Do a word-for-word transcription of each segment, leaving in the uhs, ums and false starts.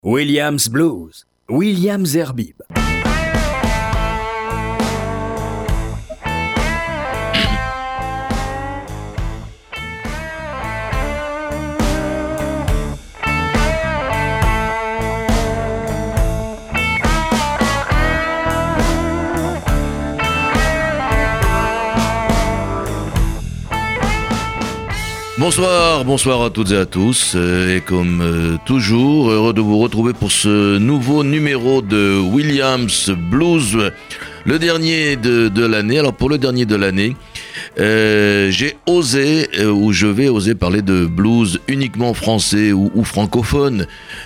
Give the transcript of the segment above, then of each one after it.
Williams Blues, William Zerbib. Bonsoir, bonsoir à toutes et à tous, et comme euh, toujours, heureux de vous retrouver pour ce nouveau numéro de Williams Blues, le dernier de, de l'année. Alors pour le dernier de l'année, euh, j'ai osé, euh, ou je vais oser parler de blues uniquement français ou, ou francophone,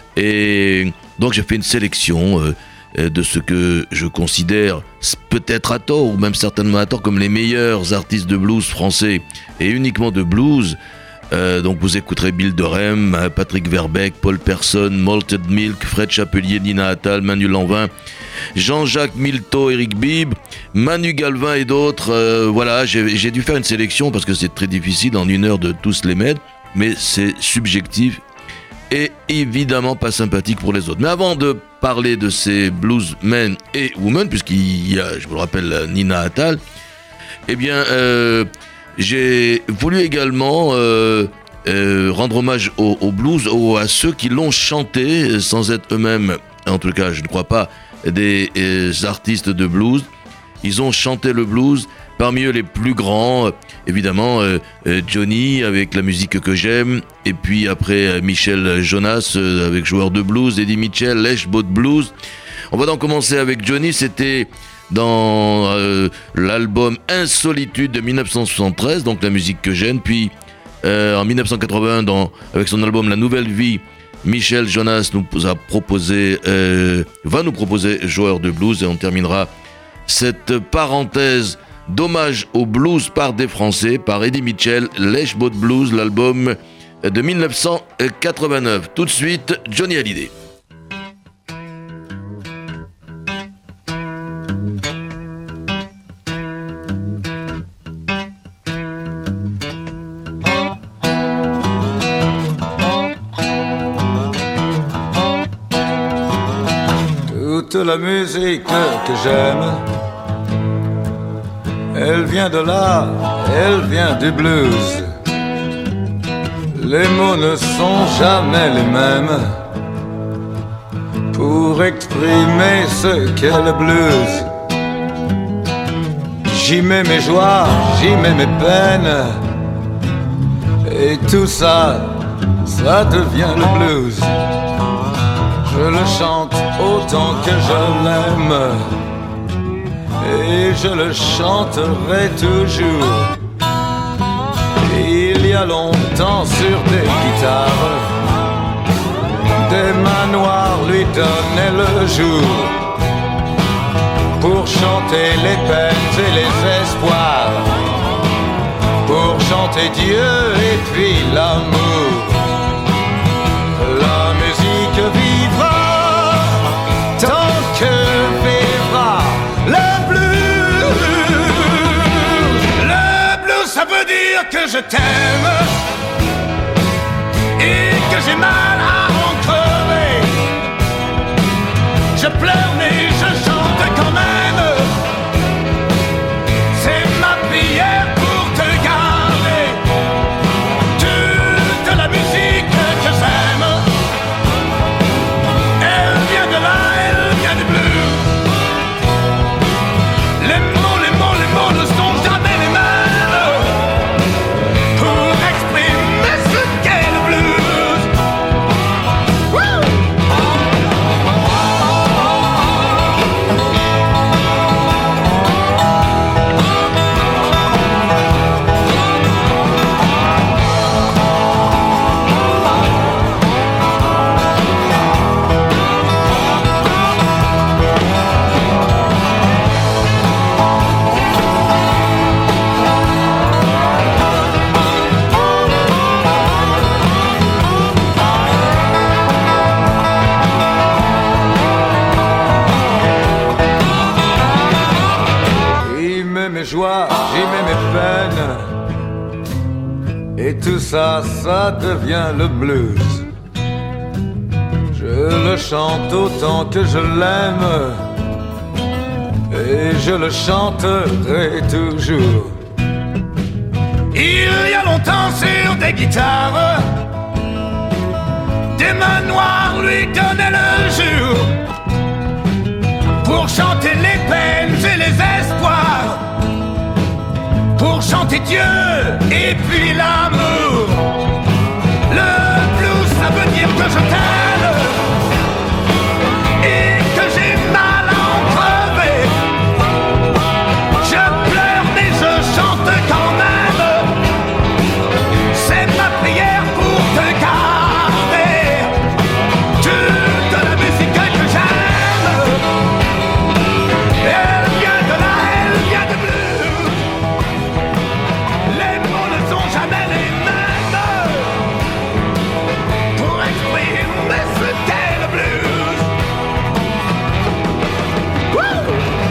et donc j'ai fait une sélection euh, de ce que je considère, peut-être à tort, ou même certainement à tort, comme les meilleurs artistes de blues français, et uniquement de blues. Euh, donc vous écouterez Bill Derem, Patrick Verbeek, Paul Person, Malted Milk, Fred Chapelier, Nina Attal, Manu Lanvin, Jean-Jacques Milteau, Eric Bibb, Manu Galvin et d'autres. Euh, voilà, j'ai, j'ai dû faire une sélection parce que c'est très difficile en une heure de tous les mettre, mais c'est subjectif et évidemment pas sympathique pour les autres. Mais avant de parler de ces bluesmen et women, puisqu'il y a, je vous le rappelle, Nina Attal, eh bien... Euh, j'ai voulu également euh, euh, rendre hommage au, au blues, au, à ceux qui l'ont chanté sans être eux-mêmes, en tout cas je ne crois pas, des euh, artistes de blues. Ils ont chanté le blues, parmi eux les plus grands, évidemment euh, euh, Johnny avec La musique que j'aime, et puis après euh, Michel Jonas euh, avec Joueur de blues, Eddie Mitchell, Lèche Boat Blues. On va donc commencer avec Johnny, c'était... dans euh, l'album Insolitude de dix-neuf cent soixante-treize, donc La musique que j'aime. Puis euh, en dix-neuf cent quatre-vingts, dans, avec son album La Nouvelle Vie, Michel Jonas nous a proposé, euh, va nous proposer Joueur de blues. Et on terminera cette parenthèse d'hommage au blues par des Français, par Eddie Mitchell, Lèche Boat Blues, l'album de dix-neuf cent quatre-vingt-neuf. Tout de suite, Johnny Hallyday. Toute la musique que j'aime, elle vient de là, elle vient du blues. Les mots ne sont jamais les mêmes pour exprimer ce qu'est le blues. J'y mets mes joies, j'y mets mes peines, et tout ça, ça devient le blues. Je le chante autant que je l'aime, et je le chanterai toujours. Il y a longtemps sur des guitares, des manoirs lui donnaient le jour pour chanter les peines et les espoirs, pour chanter Dieu et puis l'amour. La musique vivra tant que vivra le blues. Le blues, ça veut dire que je t'aime et que j'ai mal à en crever. Je pleure mais je chante quand même. C'est ma prière pour te garder. Toute la musique que j'aime, elle vient de là, elle vient du blues. Les mots, les mots, les mots ne sont jamais les mêmes pour exprimer ce qu'est le blues. Woo! J'y mets mes joies, j'y mets mes peines, et tout ça, ça devient le blues. Je le le chante autant que je l'aime, et je le chanterai toujours. Il y a longtemps sur des guitares, des mains noires lui donnaient le jour pour chanter les peines et les espoirs, pour chanter Dieu et puis l'amour. Le blues, ça veut dire que je t'aime et que j'ai mal à en crever. Je pleure mais je chante quand même, c'est ma prière pour te garder toute la musique que j'aime. Elle vient de là, elle vient de blues. Les mots ne sont jamais les mêmes pour exprimer ce qu'est le blues. Wouh!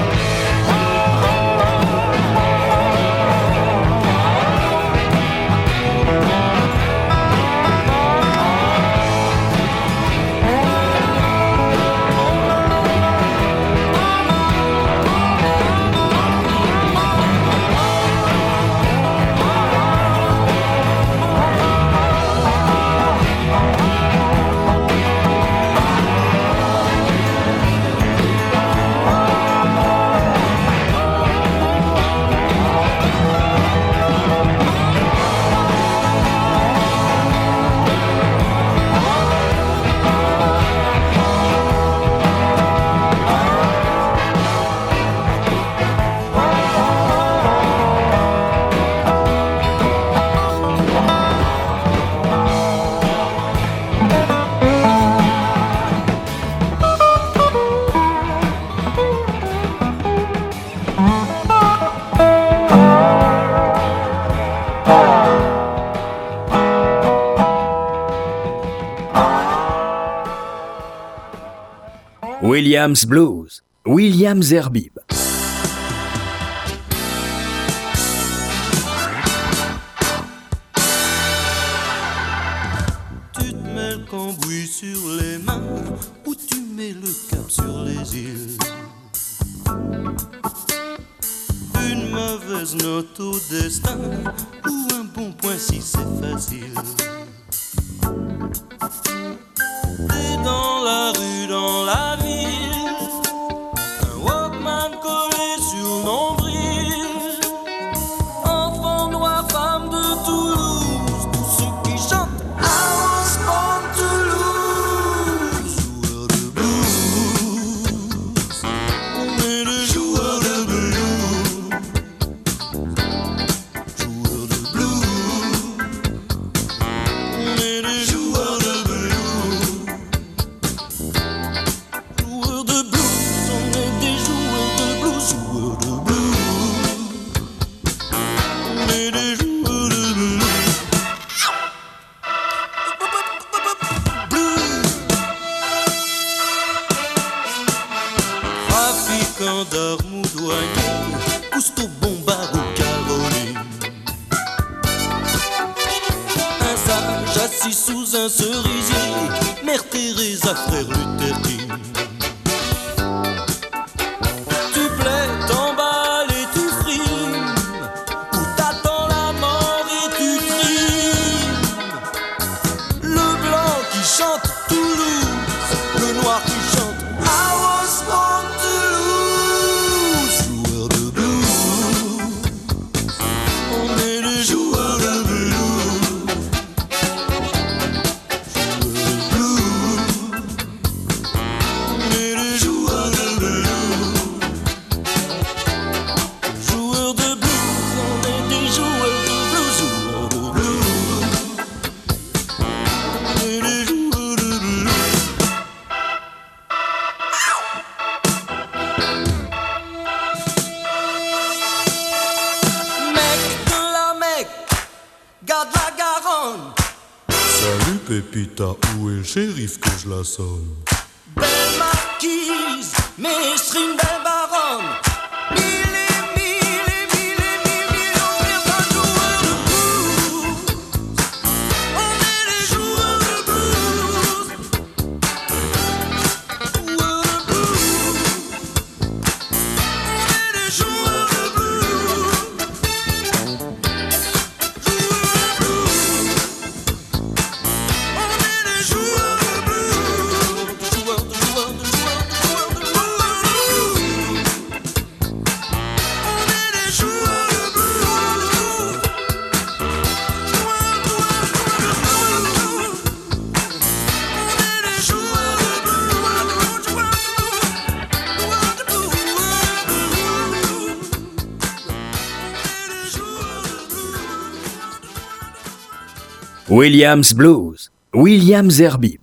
Williams Blues, William Zerbib. Tu te mets le cambouis sur les mains ou tu mets le cap sur les îles. Une mauvaise note au destin ou un bon point si c'est facile. T'es dans la rue, dans la ville, un Walkman collé sur le nombril. Enfant noir, femme de Toulouse, tous ceux qui chantent I was born to lose. Joueur de blues, on est le joueur de blues. Joueur de blues, on est les joueurs de blues. Joueurs de blues, on est des joueurs de blues. Joueurs de blues, on est des joueurs de blues. Blues. Trafiquant d'armes ou douanier, Cousteau, Bombard ou Caroline. Un sage assis sous un cerisier, Mère Teresa, frère Luther King. Tu plais, t'emballes et tu frimes, ou t'attends la mort et tu trimes. Le blanc qui chante Toulouse, le noir qui chante I was born to lose. Joueur de blues, on est les joueurs de blues. Joueurs de blues, on est les joueurs de blues. Joueurs de blues, on est des joueurs de blues. Joueurs de blues, on est les joueurs de blues. Mec de la Mecque, garde la Garonne. Salut Pépita, où est le shérif que je la sonne? Belle marquise, maître une belle baronne. Mille et mille et mille et mille millions de personnes. Joueurs de blues, on est les joueurs de blues. Williams Blues, Williams Herbib.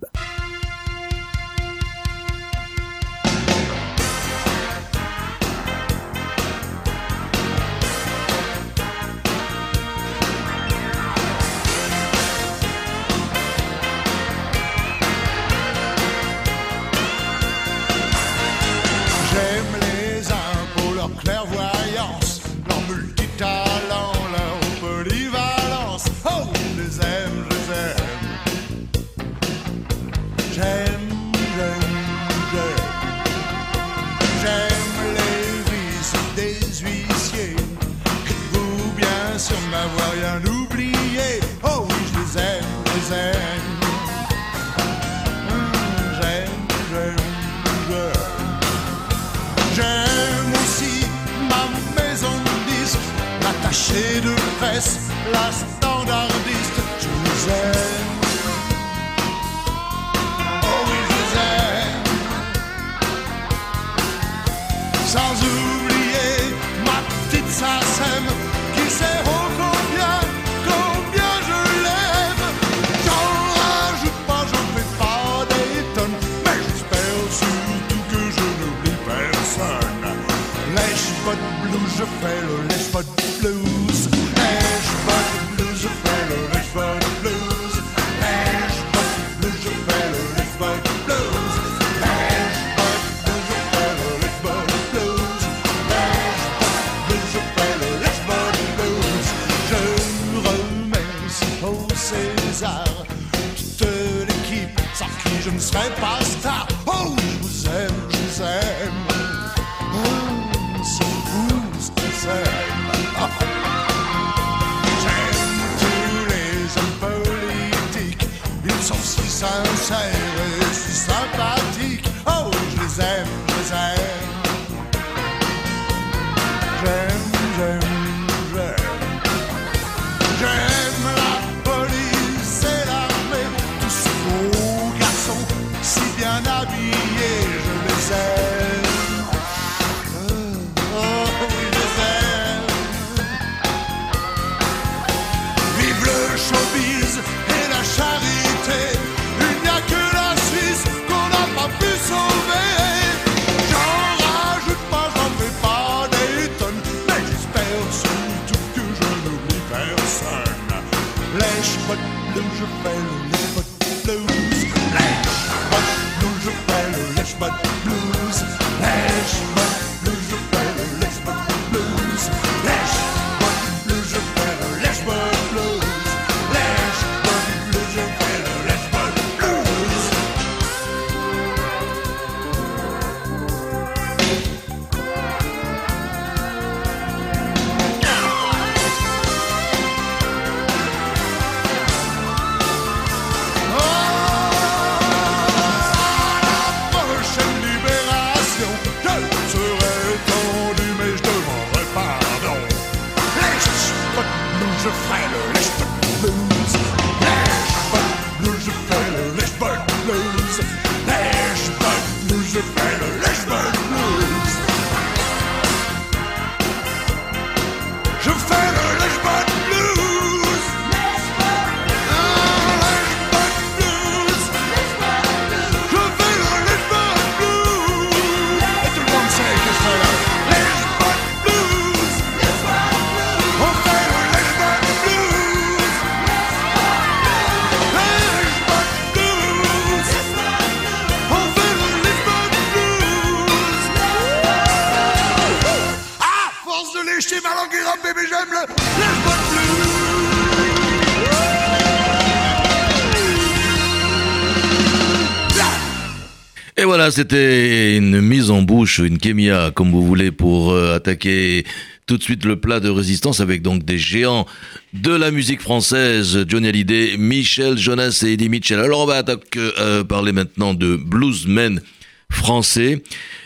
Et voilà, c'était une mise en bouche, une kémia, comme vous voulez, pour euh, attaquer tout de suite le plat de résistance avec donc des géants de la musique française, Johnny Hallyday, Michel Jonas et Eddie Mitchell. Alors on va attaquer, euh, parler maintenant de bluesmen français.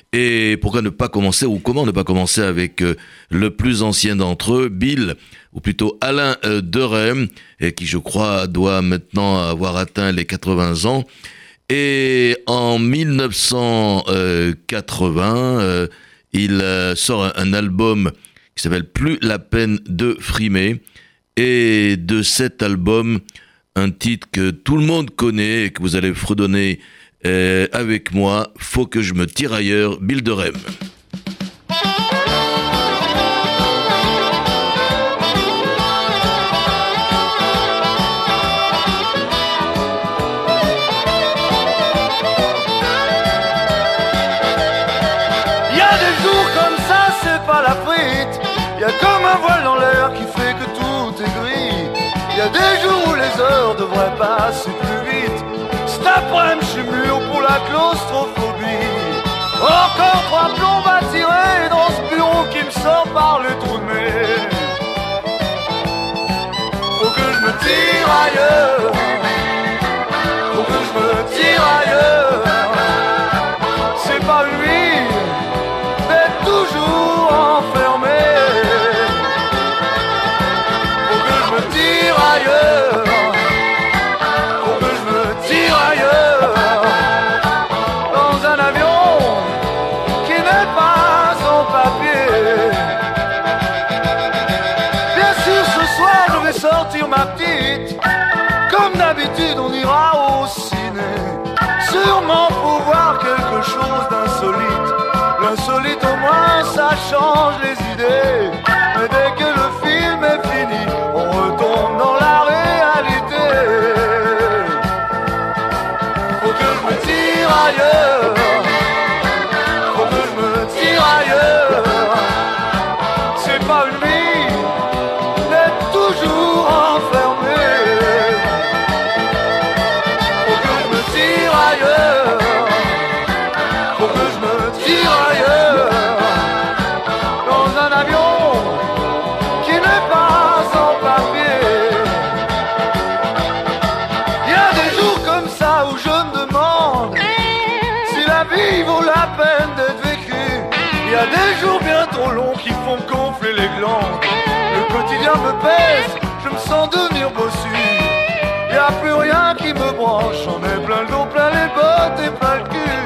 Et pourquoi ne pas commencer, ou comment ne pas commencer avec euh, le plus ancien d'entre eux, Bill, ou plutôt Alain euh, Derem, et qui je crois doit maintenant avoir atteint les quatre-vingts ans. Et en dix-neuf cent quatre-vingts, euh, il euh, sort un, un album qui s'appelle Plus la peine de frimer. Et de cet album, un titre que tout le monde connaît et que vous allez fredonner euh, avec moi. Faut que je me tire ailleurs, Bill de Rem. Y a des jours où les heures devraient passer plus vite. Cet après-midi, je suis mûr pour la claustrophobie. Encore trois plombs à tirer dans ce bureau qui me sort par le trou de nez. Faut que je me tire ailleurs. Faut que je me tire ailleurs. C'est pas lui d'être toujours enfermé. Ailleurs, faut que je me tire ailleurs, dans un avion qui n'est pas en papier. Bien sûr ce soir je vais sortir ma petite, comme d'habitude on ira au ciné, sûrement pour voir quelque chose d'insolite. L'insolite au moins ça change les idées, mais dès que le film est fini, on retombe dans la réalité. Faut que je me tire ailleurs. Faut que je me tire ailleurs. C'est pas une vie d'être toujours enfermé. Faut que je me tire ailleurs. Faut que je me tire ailleurs. Dans un avion qui n'est pas en papier. Il y a des jours comme ça où je me demande si la vie vaut la peine d'être vécue. Il y a des jours bien trop longs qui font gonfler les glandes. Le quotidien me pèse, je me sens devenir bossu. Il n'y a plus rien qui me branche, j'en ai plein le dos, plein les bottes et plein le cul.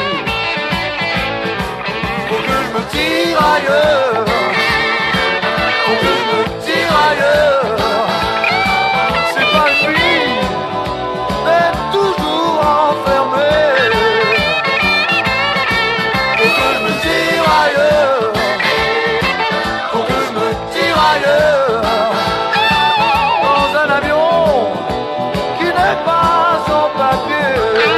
Faut que je me tire ailleurs. Faut que je me tire ailleurs. C'est pas une vie d'être toujours enfermé. Faut que je me tire ailleurs. Faut que je me tire ailleurs. Dans un avion qui n'est pas en papier.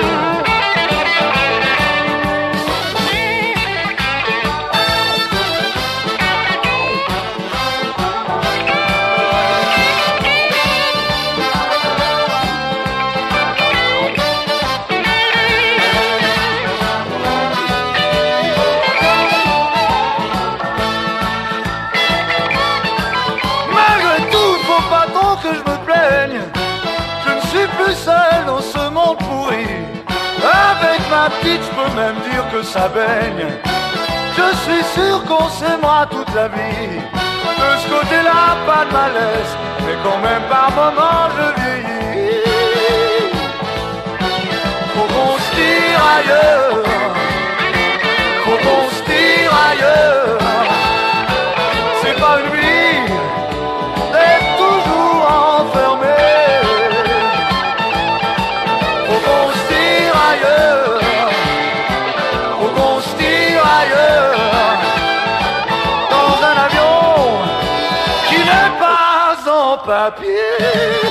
Seul dans ce monde pourri, avec ma petite, je peux même dire que ça baigne. Je suis sûr qu'on s'aimera toute la vie. De ce côté-là, pas de malaise, mais quand même par moments je vieillis. Faut qu'on se tire ailleurs. Faut qu'on se tire ailleurs. C'est pas une vie d'être toujours enfermé. Faut qu'on se tire ailleurs. Dans un avion qui n'est pas en papier.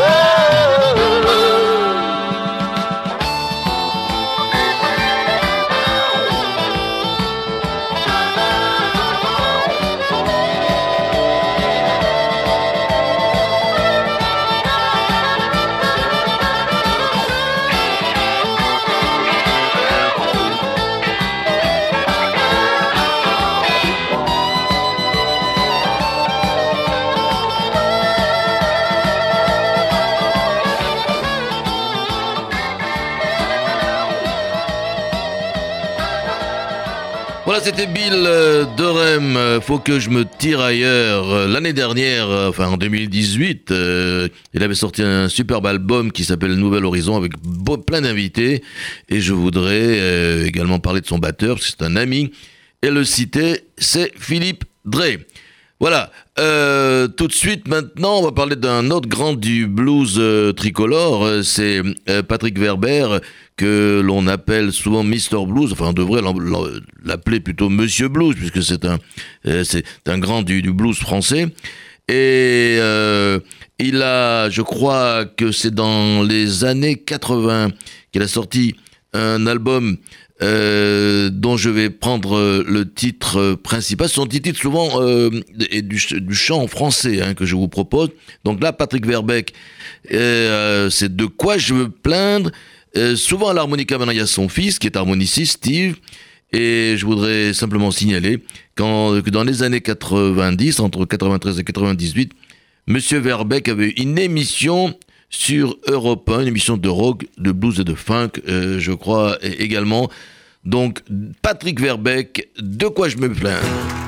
Voilà, c'était Bill de Rem, Faut que je me tire ailleurs. L'année dernière, enfin en deux mille dix-huit, euh, il avait sorti un superbe album qui s'appelle Nouvel Horizon avec beau, plein d'invités. Et je voudrais euh, également parler de son batteur, parce que c'est un ami. Et le citer, c'est Philippe Drey. Voilà, euh, tout de suite maintenant, on va parler d'un autre grand du blues euh, tricolore, euh, c'est euh, Patrick Verber, que l'on appelle souvent mister Blues, enfin on devrait l'appeler plutôt Monsieur Blues, puisque c'est un, euh, c'est un grand du, du blues français. Et euh, il a, je crois que c'est dans les années quatre-vingts qu'il a sorti un album Euh, dont je vais prendre le titre principal. Ce sont des titres souvent euh, et du, du chant en français hein, que je vous propose. Donc là, Patrick Verbeek, euh, c'est De quoi je veux plaindre. Euh, souvent à l'harmonica, maintenant il y a son fils qui est harmoniciste, Steve. Et je voudrais simplement signaler qu'en, que dans les années quatre-vingt-dix, entre quatre-vingt-treize et quatre-vingt-dix-huit, Monsieur Verbeek avait une émission sur Europe un, une émission de rock, de blues et de funk, euh, je crois également. Donc, Patrick Verbeek, De quoi je me plains.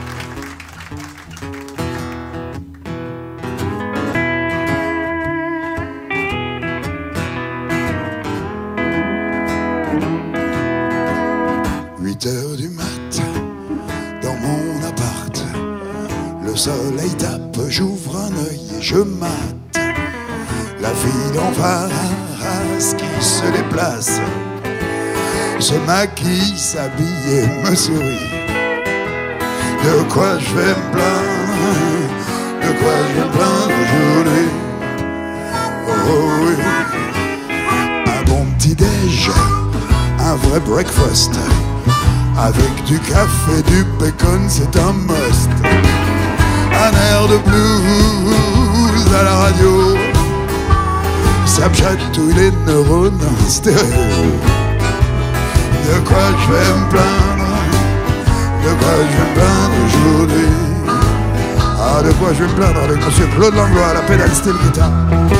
huit heures du mat, dans mon appart, le soleil tape, j'ouvre un œil et je mate la fille d'en face qui se déplace, se maquille, s'habille et me sourit. De quoi je vais me plaindre, de quoi je vais me plaindre aujourd'hui. Oh oui, un bon petit déj, un vrai breakfast, avec du café, du bacon, c'est un must. Un air de blues à la radio, ça me chatouille les neurones en stéréo. De quoi je vais me plaindre, de quoi je vais me plaindre aujourd'hui. Ah, de quoi je vais me plaindre avec monsieur Claude Langlois à la pédale style guitare.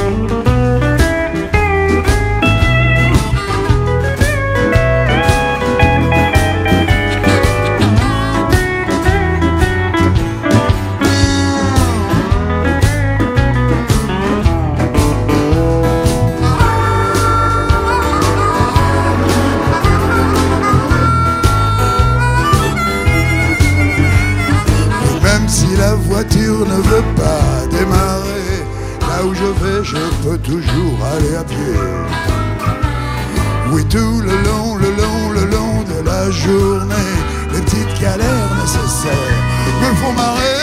La voiture ne veut pas démarrer, là où je vais, je peux toujours aller à pied. Oui, tout le long, le long, le long de la journée, les petites galères nécessaires me font marrer.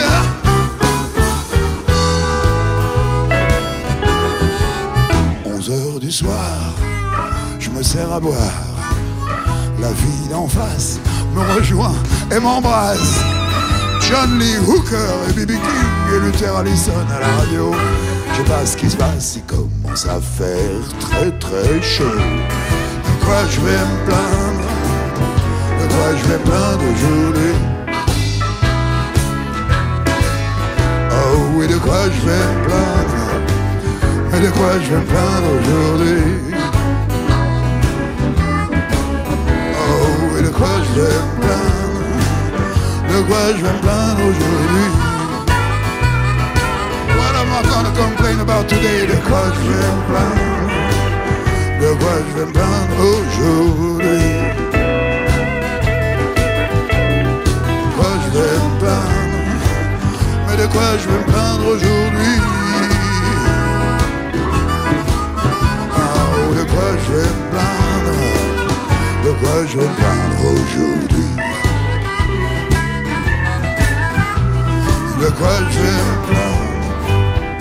Onze heures du soir, je me sers à boire. La fille d'en face me rejoint et m'embrasse. John Lee Hooker et B B King et Luther Allison à la radio. Je sais pas ce qui se passe, il commence à faire très très chaud. De quoi je vais me plaindre, de quoi je vais me plaindre aujourd'hui. Oh oui, de quoi je vais me plaindre, mais de quoi je vais me plaindre aujourd'hui. Oh oui, de quoi je vais me plaindre, de quoi je vais me plaindre aujourd'hui. What am I gonna complain about today? De quoi je vais me plaindre, de quoi je vais me plaindre aujourd'hui. De quoi je vais me plaindre, mais de quoi je vais me plaindre aujourd'hui. Oh, de quoi je vais me plaindre, de quoi je vais me plaindre aujourd'hui. De quoi je vais me plaindre,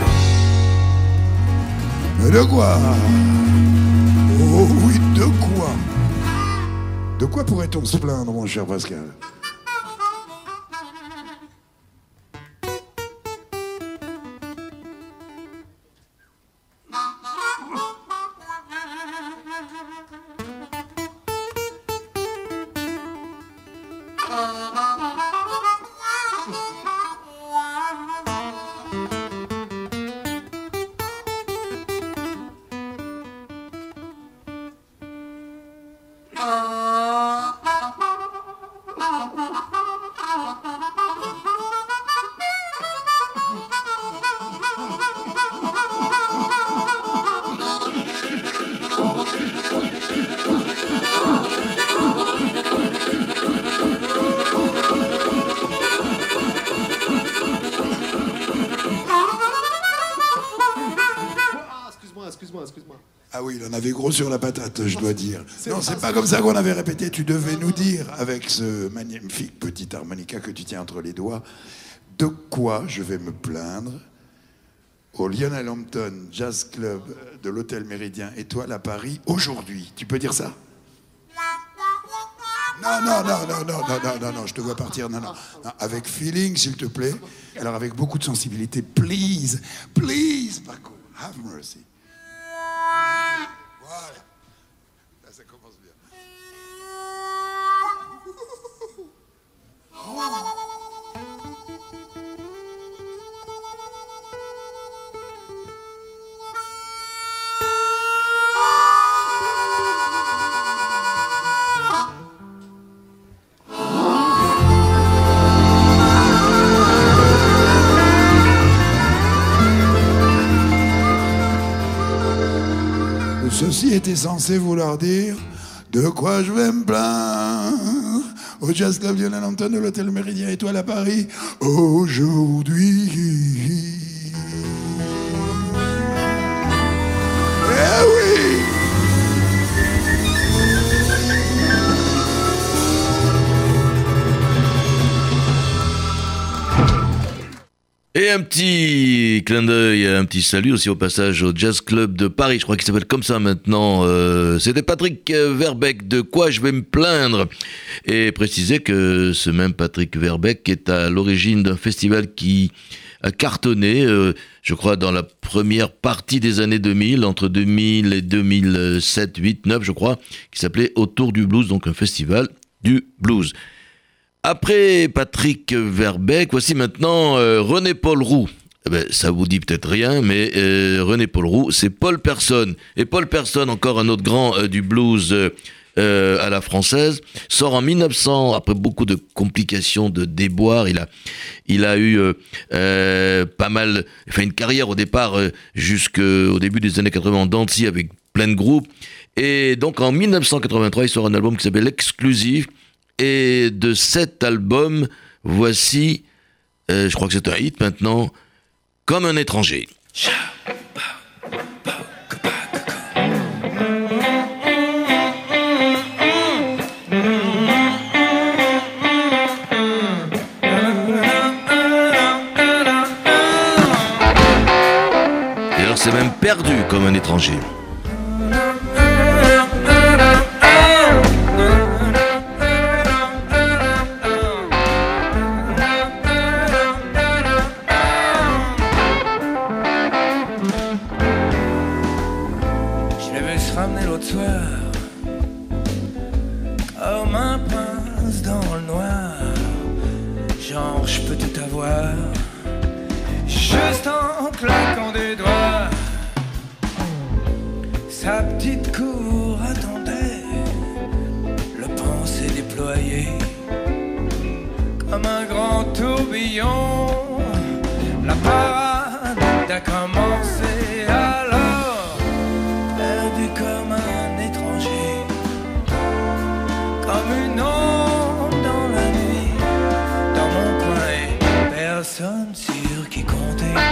mais de quoi? Oh oui, de quoi? De quoi pourrait-on se plaindre, mon cher Pascal? en avait gros sur la patate, je dois dire. Non, c'est pas comme ça qu'on avait répété. Tu devais nous dire, avec ce magnifique petit harmonica que tu tiens entre les doigts, de quoi je vais me plaindre au Lionel Hampton Jazz Club de l'Hôtel Méridien Étoile à Paris aujourd'hui. Tu peux dire ça? Non, non, non, non, non, non, non, non, non, je te vois partir, non, non, non, avec feeling, s'il te plaît. Alors, avec beaucoup de sensibilité, please, please, Paco, have mercy. Voilà. Là, ça commence bien. Ceci était censé vouloir dire de quoi je vais me plaindre au Jazz Club Lionel Hampton de l'Hôtel Méridien Étoile à Paris aujourd'hui. Eh oui! Et un petit clin d'œil, un petit salut aussi au passage au Jazz Club de Paris, je crois qu'il s'appelle comme ça maintenant. Euh, c'était Patrick Verbeek, de quoi je vais me plaindre. Et préciser que ce même Patrick Verbeek est à l'origine d'un festival qui a cartonné, euh, je crois, dans la première partie des années deux mille, entre deux mille et deux mille sept, huit, neuf, je crois, qui s'appelait Autour du Blues, donc un festival du blues. Après Patrick Verbeek, voici maintenant euh, René-Paul Roux. Eh ben, ça vous dit peut-être rien, mais euh, René-Paul Roux, c'est Paul Person. Et Paul Person, encore un autre grand euh, du blues euh, euh, à la française, sort en mille neuf cents, après beaucoup de complications, de déboires. Il a, il a eu euh, euh, pas mal, enfin une carrière au départ, euh, jusqu'au début des années quatre-vingts en Dancy, avec plein de groupes. Et donc en mille neuf cent quatre-vingt-trois, il sort un album qui s'appelle L'Exclusive. Et de cet album, voici, euh, je crois que c'est un hit maintenant, Comme un étranger. Et alors c'est même perdu comme un étranger. Juste en claquant des doigts, sa petite cour attendait, le pensée déployé comme un grand tourbillon. La parade a commencé alors, perdu comme un étranger, comme une ombre dans la nuit, dans mon coin, personne sûr qui comptait.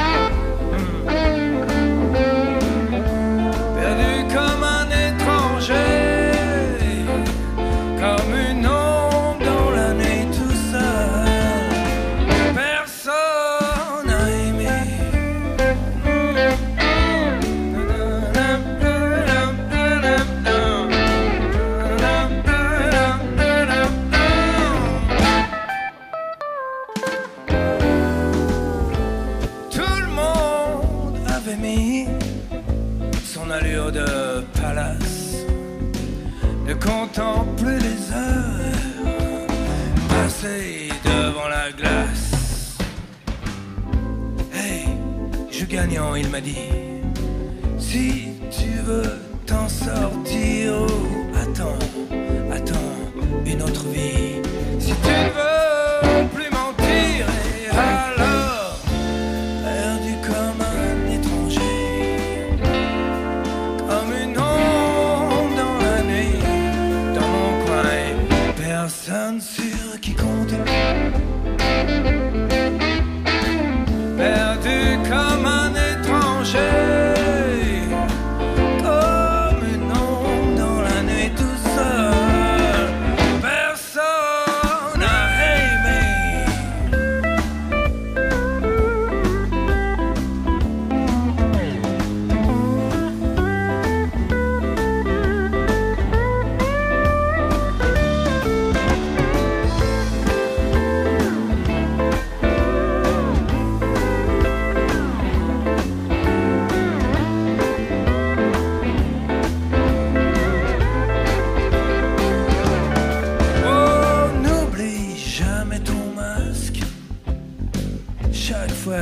Perdu comme un étranger, comme une ombre dans la nuit tout seul. Personne n'a aimé. Son allure de palace, de contempler les heures passées devant la glace. Hey, je gagnant, il m'a dit, si tu veux t'en sortir, oh, attends, attends une autre vie. Si tu ne veux plus mentir, et alors, perdu comme un étranger, comme une ombre dans la nuit, dans mon coin, personne sur qui compter. Perdu comme un étranger, comme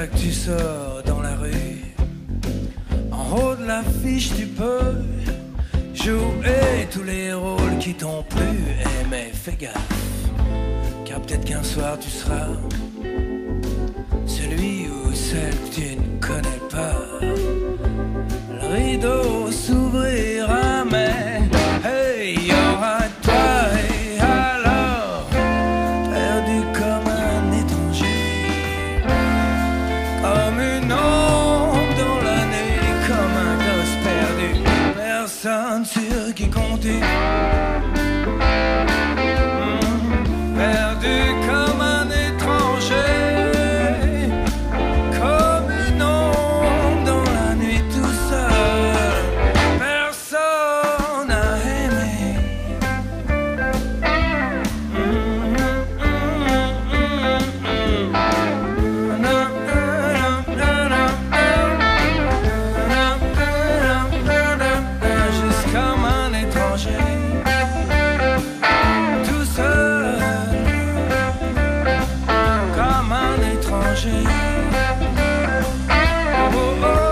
fois que tu sors dans la rue, en haut de l'affiche tu peux jouer tous les rôles qui t'ont plu. Eh mais fais gaffe, car peut-être qu'un soir tu seras celui ou celle que tu ne connais pas. Le rideau s'ouvrira mais hey, y aura toi et alors perdu comme un étranger, comme une ombre dans la nuit, comme un gosse perdu, personne sur qui compter. Mmh. Perdu comme un étranger, comme une ombre dans la nuit tout seul, personne à aimer. Mmh, mmh, mmh, mmh. Na, na, na, na, na. Juste comme un étranger, tout seul, comme un étranger. Oh, oh, oh.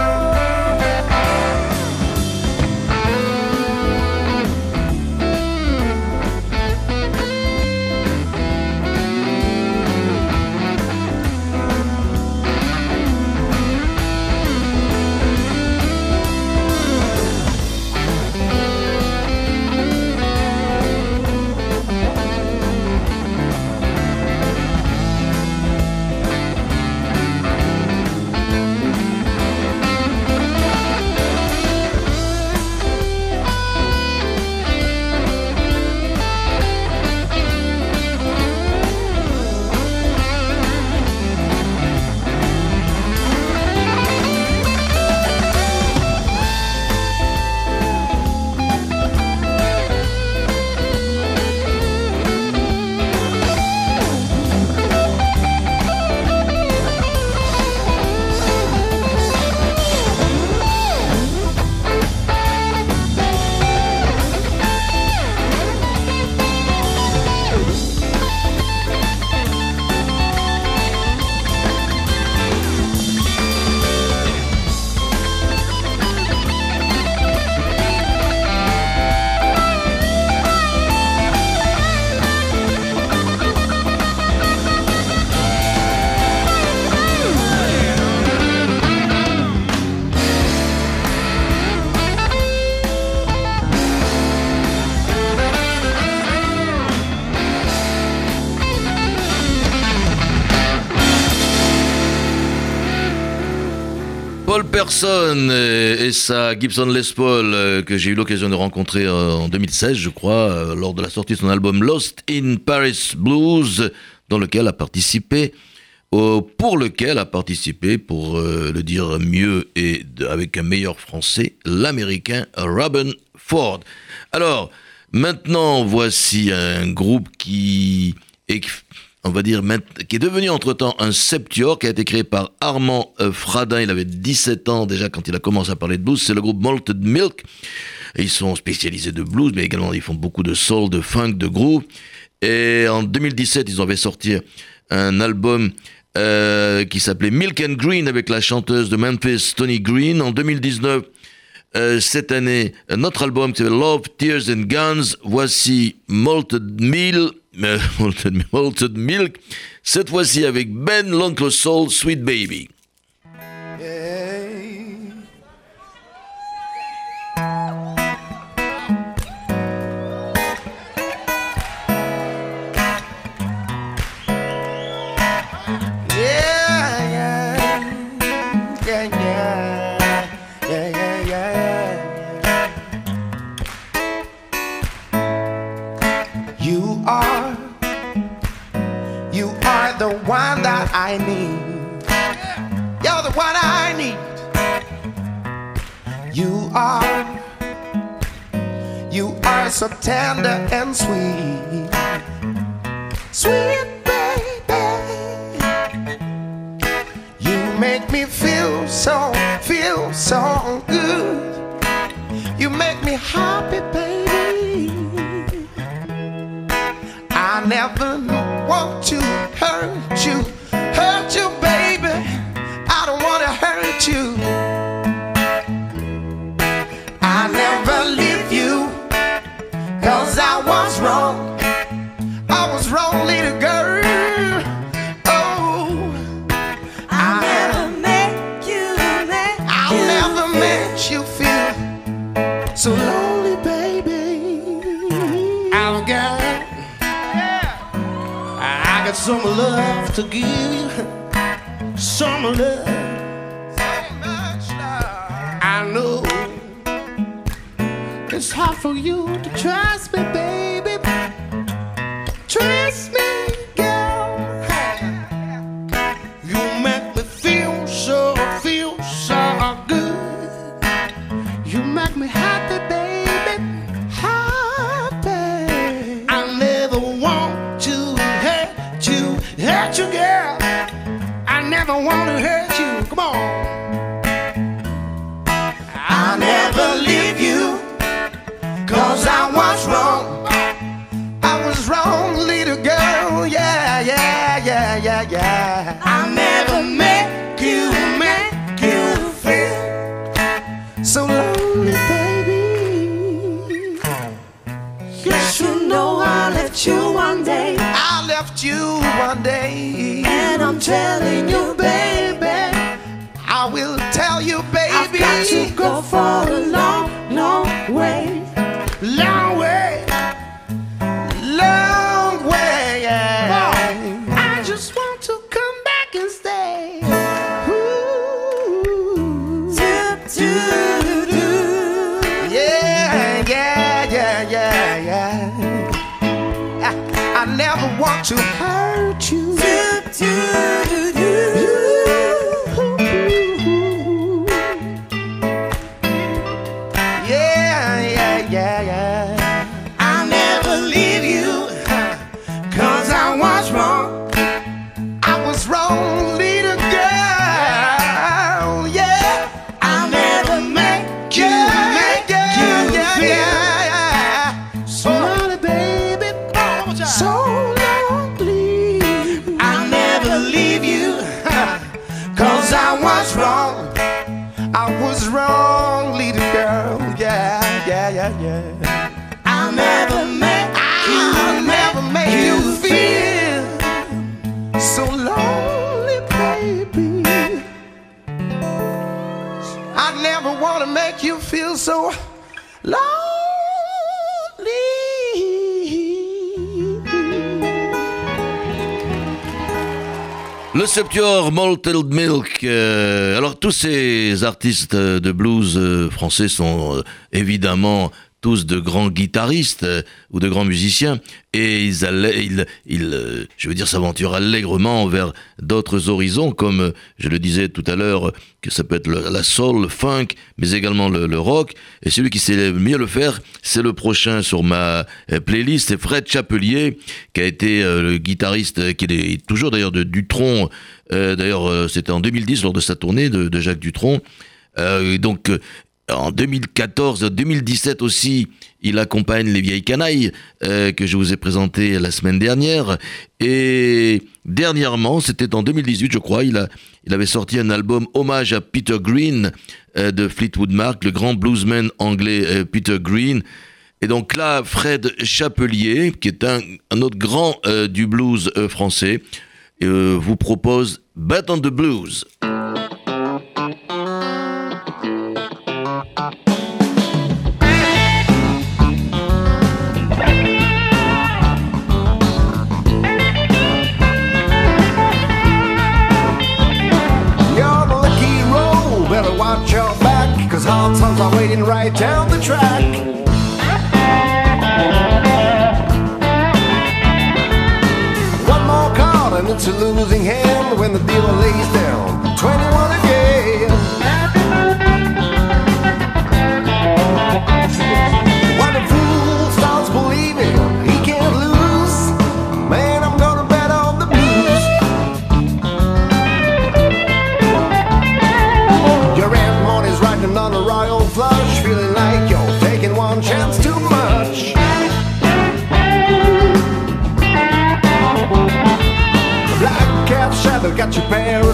Paul Person et sa Gibson Les Paul que j'ai eu l'occasion de rencontrer en deux mille seize, je crois, lors de la sortie de son album Lost in Paris Blues, dans lequel a participé, pour lequel a participé, pour le dire mieux et avec un meilleur français, l'américain Robben Ford. Alors, maintenant, voici un groupe qui est, on va dire, qui est devenu entre-temps un septuor, qui a été créé par Armand Fradin. Il avait dix-sept ans déjà quand il a commencé à parler de blues. C'est le groupe Malted Milk. Et ils sont spécialisés de blues, mais également ils font beaucoup de soul, de funk, de groove. Et en deux mille dix-sept, ils avaient sorti un album euh, qui s'appelait Milk and Green avec la chanteuse de Memphis, Tony Green. En deux mille dix-neuf, euh, cette année, un autre album qui s'appelle Love, Tears and Guns. Voici Malted Milk. Euh, Malted, Malted Milk, cette fois-ci avec Ben l'Oncle Soul, Sweet Baby. Hey. Yeah, yeah, yeah, yeah, yeah, yeah, yeah. You are, you are the one that I need. You're the one I need. You are, you are so tender and sweet, sweet baby. You make me feel so, feel so good. You make me happy, baby. I never want to hurt you, hurt you, baby. was wrong, little girl. Oh, I'll never make you, make I'll you never feel. make you feel so lonely, baby. I've got, I got some love to give you, some love. I know it's hard for you to trust me, baby. Trust me, girl. You make me feel so, feel so good. You make me happy, baby, happy. I never want to hurt you, hurt you, girl. I never want to hurt you. Come on. I'll never leave you, 'cause I was wrong. I was wrong, little girl. Yeah, yeah, yeah, yeah, yeah. I'll never make you, make you feel so lonely, baby. Yes, you know I left you one day, I left you one day, and I'm telling you, baby, I will tell you, baby, I've got to go for a long, long way. long way, long way. Yeah. I just want to come back and stay. Ooh. Do, do, do. Yeah, yeah, yeah, yeah, yeah. I, I never want to hurt you. Do, do, do. Yeah, yeah, yeah, yeah. I'll never leave you, 'cause I was wrong. I was wrong, little girl. Yeah, I'll never make you, make you feel yeah. So lonely, baby, so lonely. I'll never leave you, 'cause I was wrong. I was wrong, little girl. Yeah, yeah, yeah, yeah. I'll never make you, I'll never make you feel so lonely, baby. I never want to make you feel so lonely. Le Septuor Malted Milk. Euh, alors tous ces artistes de blues euh, français sont euh, évidemment tous de grands guitaristes euh, ou de grands musiciens, et ils, allaient, ils, ils euh, je veux dire, s'aventurent allègrement vers d'autres horizons, comme euh, je le disais tout à l'heure, que ça peut être le, la soul, le funk, mais également le, le rock. Et celui qui sait le mieux le faire, c'est le prochain sur ma euh, playlist, c'est Fred Chapelier, qui a été euh, le guitariste, qui est toujours d'ailleurs de Dutronc. Euh, d'ailleurs, euh, c'était en deux mille dix lors de sa tournée de, de Jacques Dutronc. Euh, donc, euh, en deux mille quatorze, deux mille dix-sept aussi, il accompagne les Vieilles Canailles euh, que je vous ai présenté la semaine dernière. Et dernièrement, c'était en deux mille dix-huit, je crois, il, a, il avait sorti un album hommage à Peter Green euh, de Fleetwood Mac, le grand bluesman anglais euh, Peter Green. Et donc là, Fred Chapelier, qui est un, un autre grand euh, du blues euh, français, euh, vous propose Bet on the Blues. Watch your back, 'cause hard times are waiting right down the track. One more card and it's a losing hand when the dealer lays down twenty-one again. When the fool starts believing he can't lose, man, I'm gonna bet on the blues. Your Aunt Money's riding on a royal flush, feeling like you're taking one chance too much. Black cat shadow got your pair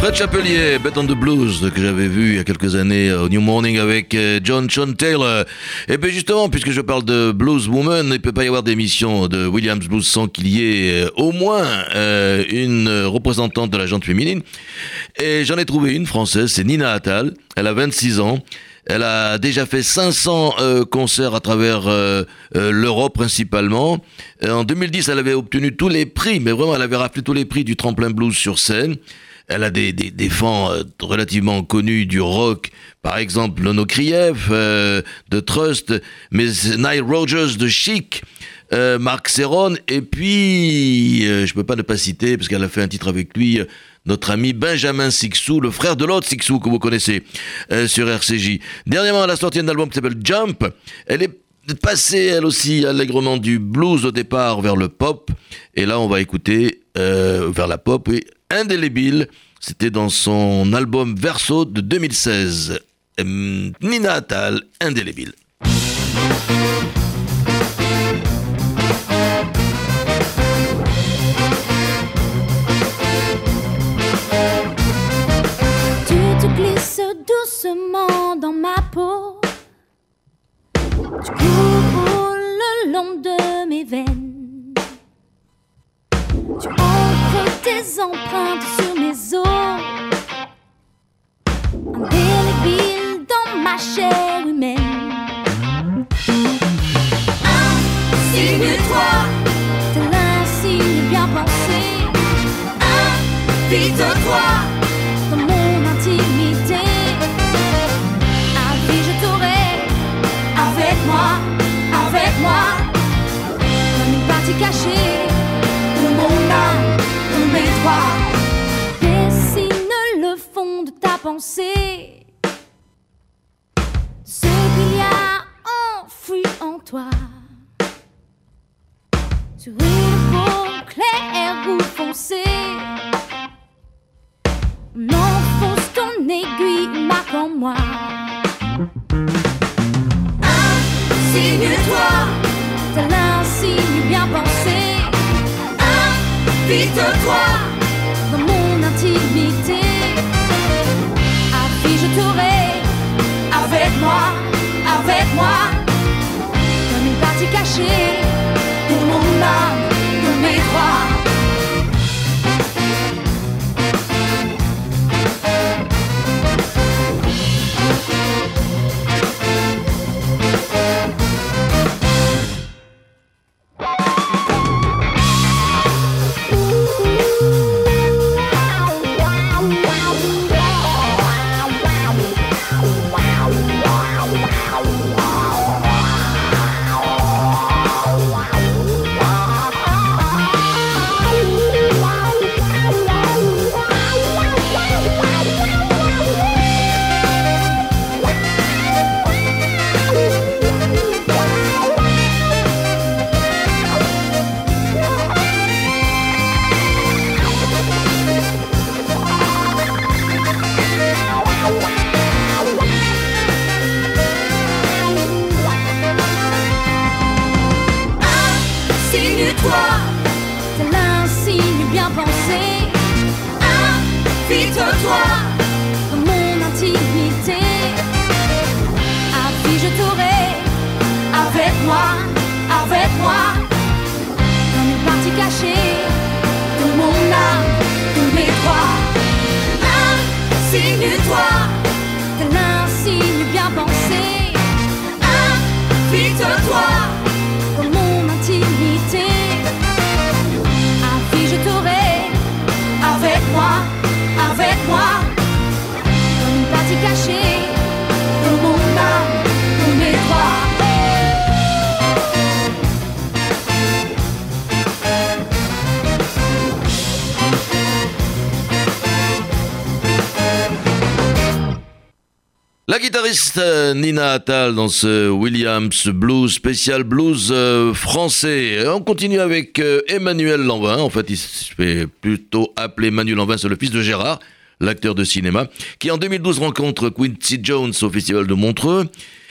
Fred Chapelier, Bet on the Blues, que j'avais vu il y a quelques années au New Morning avec John Sean Taylor. Et bien justement, puisque je parle de Blues Woman, il ne peut pas y avoir d'émission de Williams Blues sans qu'il y ait au moins euh, une représentante de la gente féminine. Et j'en ai trouvé une française, c'est Nina Attal. Elle a vingt-six ans. Elle a déjà fait cinq cents euh, concerts à travers euh, euh, l'Europe principalement. Euh, en deux mille dix, elle avait obtenu tous les prix, mais vraiment, elle avait raflé tous les prix du tremplin blues sur scène. Elle a des, des, des fans euh, relativement connus du rock, par exemple Lono Kriev euh, de Trust, mais Nile Rodgers de Chic, euh, Marc Serron, et puis, euh, je peux pas ne pas citer, parce qu'elle a fait un titre avec lui, euh, notre ami Benjamin Sixou, le frère de l'autre Sixou que vous connaissez euh, sur R C J. Dernièrement, elle a sorti un album qui s'appelle Jump. Elle est passée, elle aussi, allègrement du blues au départ vers le pop. Et là, on va écouter euh, vers la pop, oui, Indélébile. C'était dans son album Verso de deux mille seize. Euh, Nina Attal, Indélébile. Doucement dans ma peau, tu cours le long de mes veines, tu ancres tes empreintes sur mes os, indélébile dans ma chair humaine. Insigne-toi, tel un signe bien pensé, invite-toi dans mon intimité. Avec moi, avec moi, comme une partie cachée de mon âme, de mes droits. Dessine le fond de ta pensée, ce qu'il y a enfoui en toi. Sur une peau claire ou foncée, on enfonce ton aiguille, marque en moi. Insigne-toi, tel un signe bien pensé, invite-toi dans mon intimité, affiche-toi avec moi, avec moi, comme une partie cachée de mon âme, de mes droits. La guitariste Nina Attal dans ce Williams Blues, spécial blues euh, français. On continue avec euh, Emmanuel Lanvin. En fait, il se fait plutôt appeler Emmanuel Lanvin, c'est le fils de Gérard, l'acteur de cinéma, qui en deux mille douze rencontre Quincy Jones au Festival de Montreux.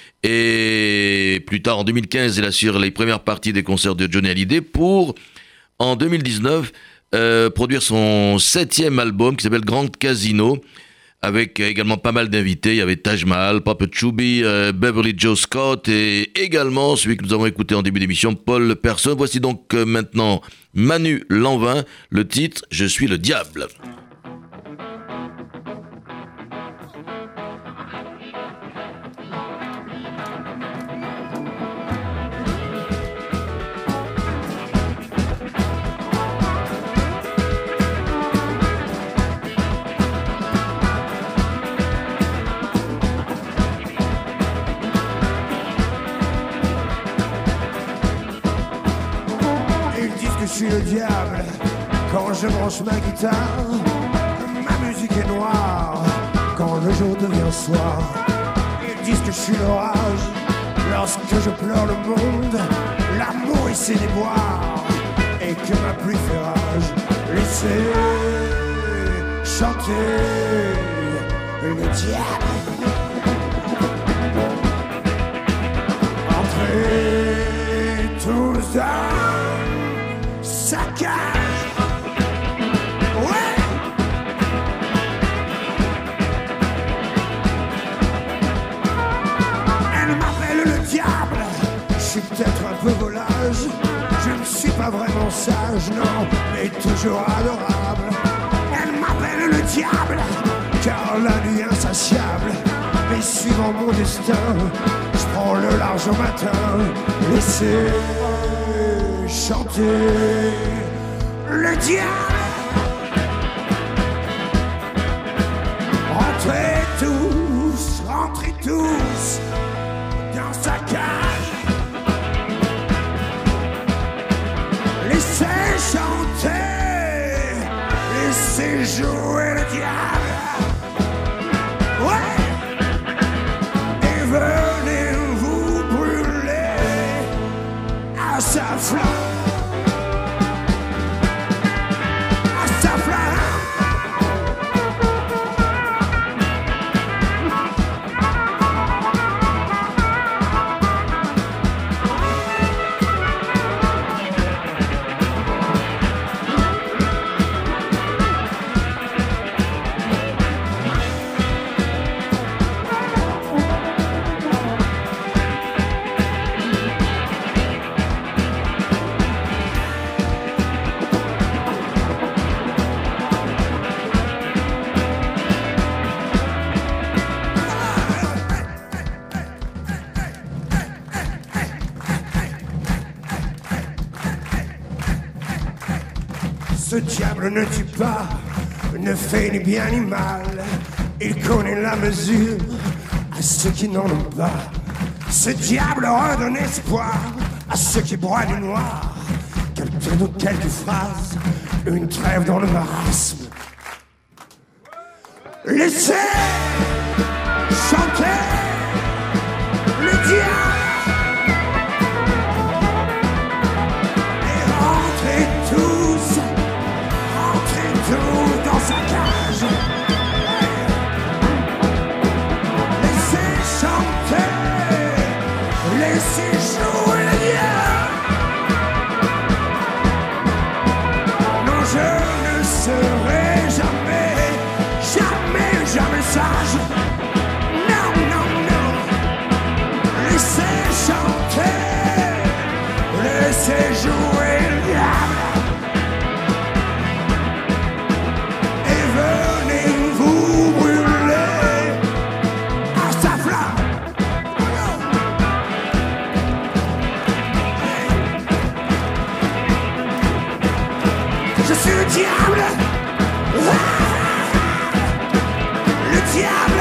Et plus tard, en deux mille quinze, il assure les premières parties des concerts de Johnny Hallyday pour, en deux mille dix-neuf, euh, produire son septième album qui s'appelle Grand Casino, avec également pas mal d'invités. Il y avait Taj Mahal, Papa Chubby, euh, Beverly Joe Scott et également celui que nous avons écouté en début d'émission, Paul Persson. Voici donc euh, maintenant Manu Lanvin, le titre « Je suis le diable ». Je suis le diable quand je branche ma guitare. Ma musique est noire quand le jour devient soir. Ils disent que je suis l'orage lorsque je pleure le monde, l'amour et ses déboires, et que ma pluie fait rage. Laissez chanter le diable. Entrez tous dans sa cage. Ouais. Elle m'appelle le diable. Je suis peut-être un peu volage. Je ne suis pas vraiment sage, non, mais toujours adorable. Elle m'appelle le diable, car la nuit insatiable. Mais suivant mon destin, je prends le large au matin. Laissez chanter le diable. Rentrez tous, rentrez tous dans sa cage. Laissez chanter, laissez jouer le diable. Ouais. Et venez vous brûler à sa flamme. Ce diable ne tue pas, ne fait ni bien ni mal. Il connaît la mesure à ceux qui n'en ont pas. Ce diable redonne espoir à ceux qui broient du noir. Quelques ou quelques phrases, une trêve dans le marasme. Laissez chanter le diable. Dans sa cage, laissez chanter, laissez jouer le diable. Non, je ne serai jamais, jamais, jamais sage. Non, non, non. Laissez chanter, laissez jouer le diable. Diable, le diable.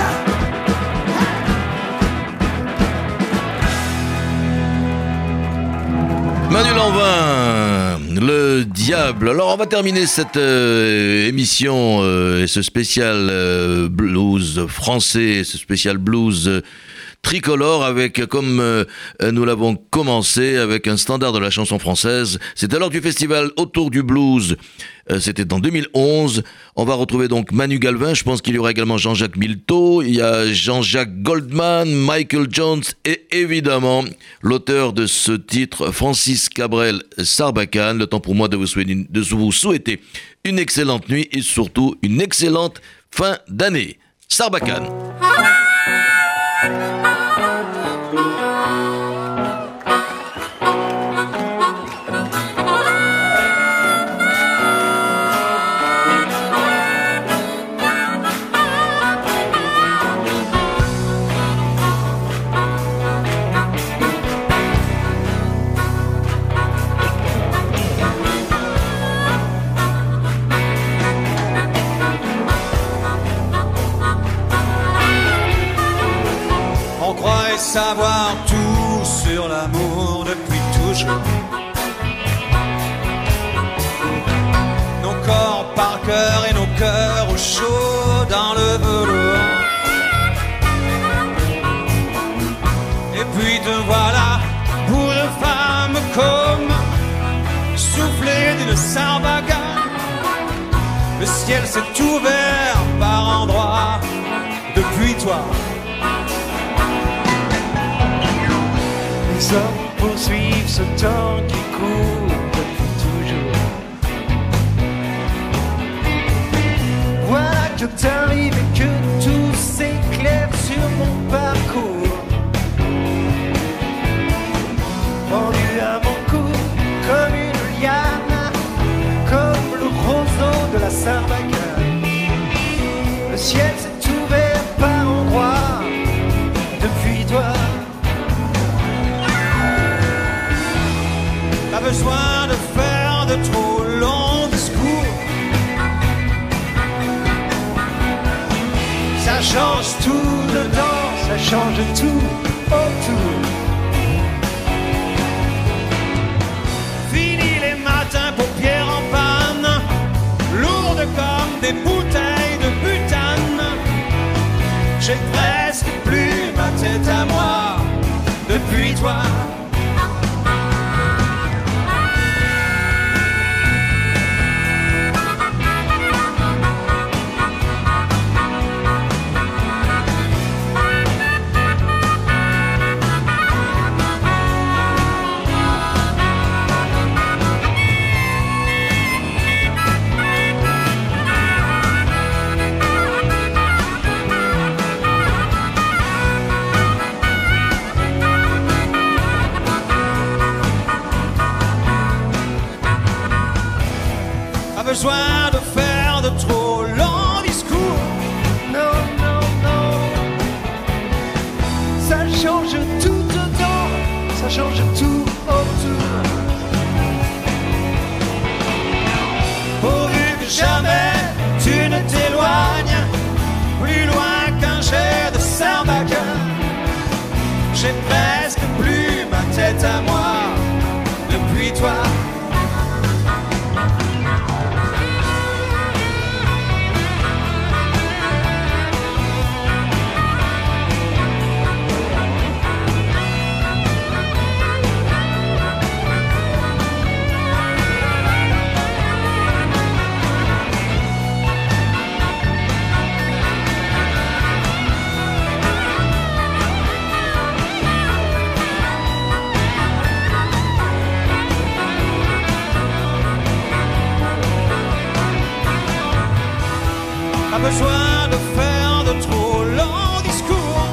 Manu Lanvin, le diable. Alors on va terminer cette euh, émission euh, et ce spécial euh, blues français, ce spécial blues euh, tricolore avec, comme euh, nous l'avons commencé, avec un standard de la chanson française. C'était lors du festival Autour du Blues. Euh, c'était en deux mille onze. On va retrouver donc Manu Galvin. Je pense qu'il y aura également Jean-Jacques Milteau. Il y a Jean-Jacques Goldman, Michael Jones et évidemment l'auteur de ce titre, Francis Cabrel Sarbacane. Le temps pour moi de vous souhaiter, de vous souhaiter une excellente nuit et surtout une excellente fin d'année. Sarbacane. Savoir tout sur l'amour depuis toujours. Nos corps par cœur et nos cœurs au chaud dans le velours. Et puis te voilà, bout de femme comme soufflé d'une sarbacane. Le ciel s'est ouvert par endroits depuis toi. Les hommes poursuivent ce temps qui court depuis toujours. Voilà que t'arrives et que tout s'éclaire sur mon parcours. Pendu à mon cou comme une liane, comme le roseau de la sarbacane. Le ciel s'est ouvert par endroits depuis toi. Pas besoin de faire de trop longs discours. Ça change tout dedans, ça change tout autour. Fini les matins, paupières en panne, lourdes comme des bouteilles de butane. J'ai presque plus ma tête à moi depuis toi. Besoin de faire de trop longs discours. Non, non, non. Ça change tout dedans, ça change tout autour. Pourvu que jamais tu ne t'éloignes plus loin qu'un jet de sarbacane. J'ai presque plus ma tête à moi depuis toi. Pas besoin de faire de trop longs discours.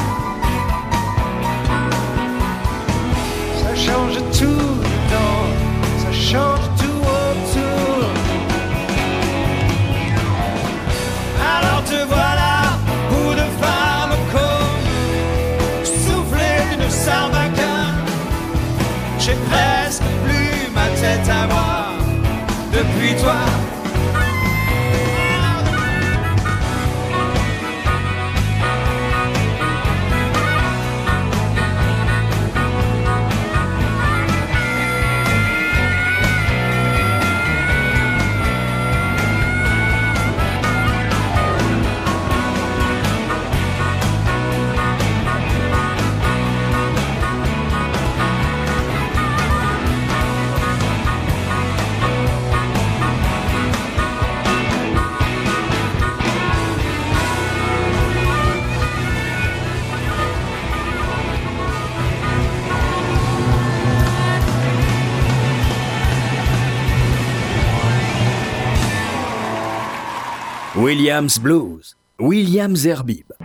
Ça change tout dedans, ça change tout autour. Alors te voilà, bout de femme comme soufflé d'une sarbacane. J'ai presque plus ma tête à moi depuis toi. Williams Blues, William Zerbib.